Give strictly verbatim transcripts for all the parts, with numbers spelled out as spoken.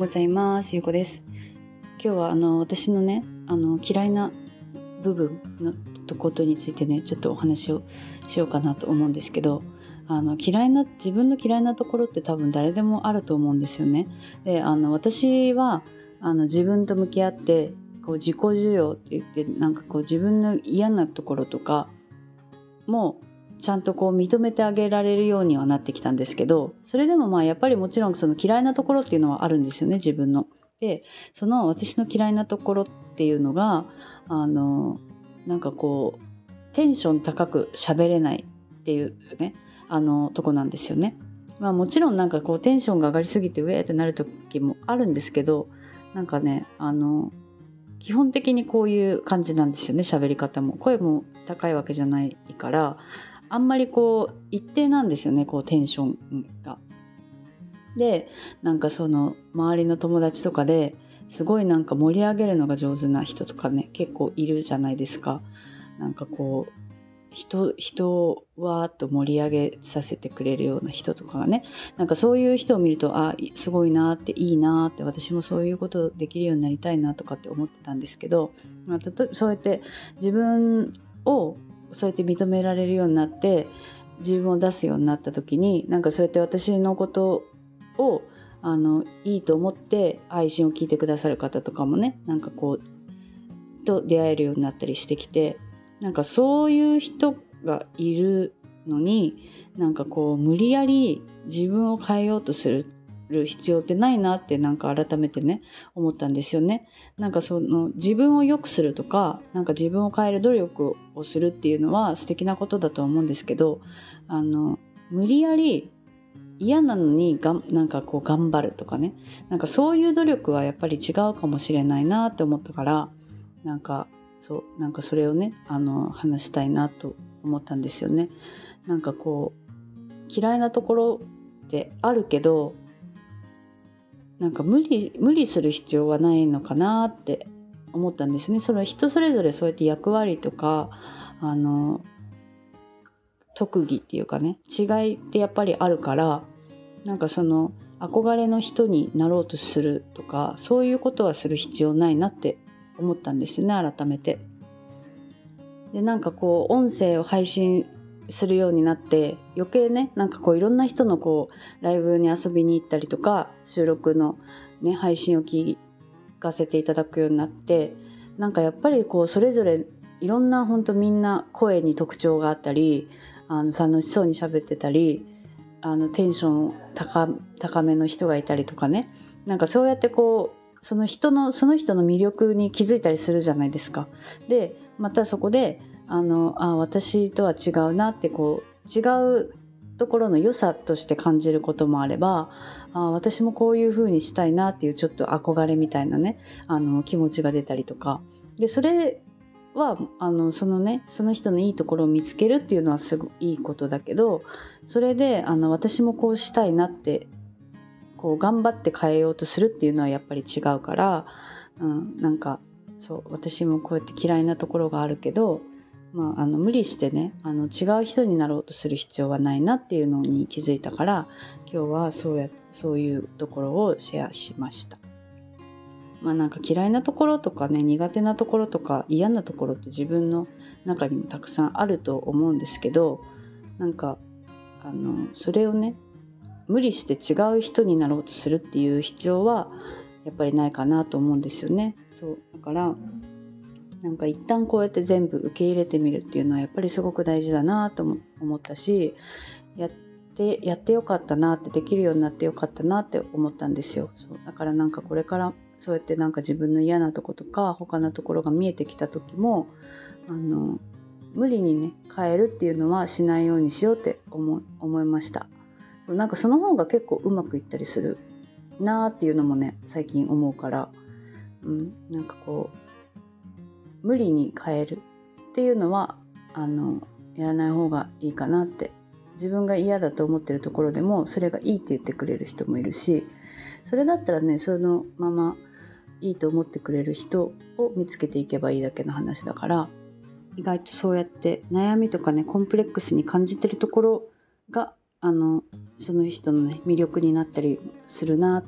ございます。ゆうこです。今日はあの私のねあの嫌いな部分のことについてねちょっとお話をしようかなと思うんですけど、あの嫌いな自分の嫌いなところって多分誰でもあると思うんですよね。であの私はあの自分と向き合ってこう自己需要って言ってなんかこう自分の嫌なところとかもちゃんとこう認めてあげられるようにはなってきたんですけど、それでもまあやっぱりもちろんその嫌いなところっていうのはあるんですよね、自分の。でその私の嫌いなところっていうのがあのなんかこうテンション高く喋れないっていうねあのとこなんですよね。まあもちろんなんかこうテンションが上がりすぎてウェーってなる時もあるんですけど、なんかねあの基本的にこういう感じなんですよね。喋り方も声も高いわけじゃないからあんまりこう一定なんですよね、こうテンションが。でなんかその周りの友達とかですごいなんか盛り上げるのが上手な人とかね結構いるじゃないですか。なんかこう人人をわーっと盛り上げさせてくれるような人とかがね、なんかそういう人を見るとあすごいなっていいなって私もそういうことできるようになりたいなとかって思ってたんですけど、まあ、例えばそうやって自分をそうやって認められるようになって自分を出すようになった時に、なんかそうやって私のことをあのいいと思って配信を聞いてくださる方とかもねなんかこうと出会えるようになったりしてきて、なんかそういう人がいるのになんかこう無理やり自分を変えようとする必要ってないなってなんか改めてね思ったんですよね。なんかその自分を良くするとかなんか自分を変える努力をするっていうのは素敵なことだとは思うんですけど、あの無理やり嫌なのにがんなんかこう頑張るとかね、なんかそういう努力はやっぱり違うかもしれないなって思ったから、なんかそうなんかそれをねあの話したいなと思ったんですよね。なんかこう嫌いなところってあるけどなんか無理無理する必要はないのかなって思ったんですね。それは人それぞれそうやって役割とかあの特技っていうかね違いってやっぱりあるから、なんかその憧れの人になろうとするとかそういうことはする必要ないなって思ったんですよね、改めて。でなんかこう音声を配信するようになって余計ねなんかこういろんな人のこうライブに遊びに行ったりとか収録のね配信を聞かせていただくようになって、なんかやっぱりこうそれぞれいろんな本当みんな声に特徴があったりあの楽しそうに喋ってたりあのテンション 高, 高めの人がいたりとかね、なんかそうやってこうその人のその人の魅力に気づいたりするじゃないですか。でまたそこであのあ私とは違うなってこう違うところの良さとして感じることもあれば、あ私もこういう風にしたいなっていうちょっと憧れみたいなねあの気持ちが出たりとかで、それはあのそのねその人のいいところを見つけるっていうのはすごいいいことだけど、それであの私もこうしたいなってこう頑張って変えようとするっていうのはやっぱり違うから、うん、なんかそう私もこうやって嫌いなところがあるけど、まあ、あの無理してねあの違う人になろうとする必要はないなっていうのに気づいたから、今日はそうやそういうところをシェアしました。まあなんか嫌いなところとかね苦手なところとか嫌なところって自分の中にもたくさんあると思うんですけど、なんかあのそれをね無理して違う人になろうとするっていう必要はやっぱりないかなと思うんですよね。そうだからなんか一旦こうやって全部受け入れてみるっていうのはやっぱりすごく大事だなと思ったし、やってやってよかったなってできるようになってよかったなって思ったんですよ。そうだからなんかこれからそうやってなんか自分の嫌なとことか他のところが見えてきた時もあの無理にね変えるっていうのはしないようにしようって思思いました。そうなんかその方が結構うまくいったりするなーっていうのもね最近思うから、うん、なんかこう無理に変えるっていうのはあのやらない方がいいかなって。自分が嫌だと思ってるところでもそれがいいって言ってくれる人もいるし、それだったらねそのままいいと思ってくれる人を見つけていけばいいだけの話だから、意外とそうやって悩みとかねコンプレックスに感じてるところがあのその人のね魅力になったりするなっ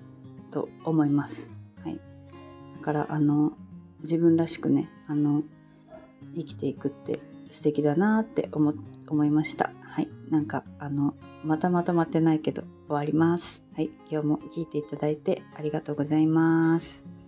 と思います。はい、だからあの自分らしくねあの生きていくって素敵だなって思思いました。はい、なんかあのまたまとまってないけど終わります。はい、今日も聞いていただいてありがとうございます。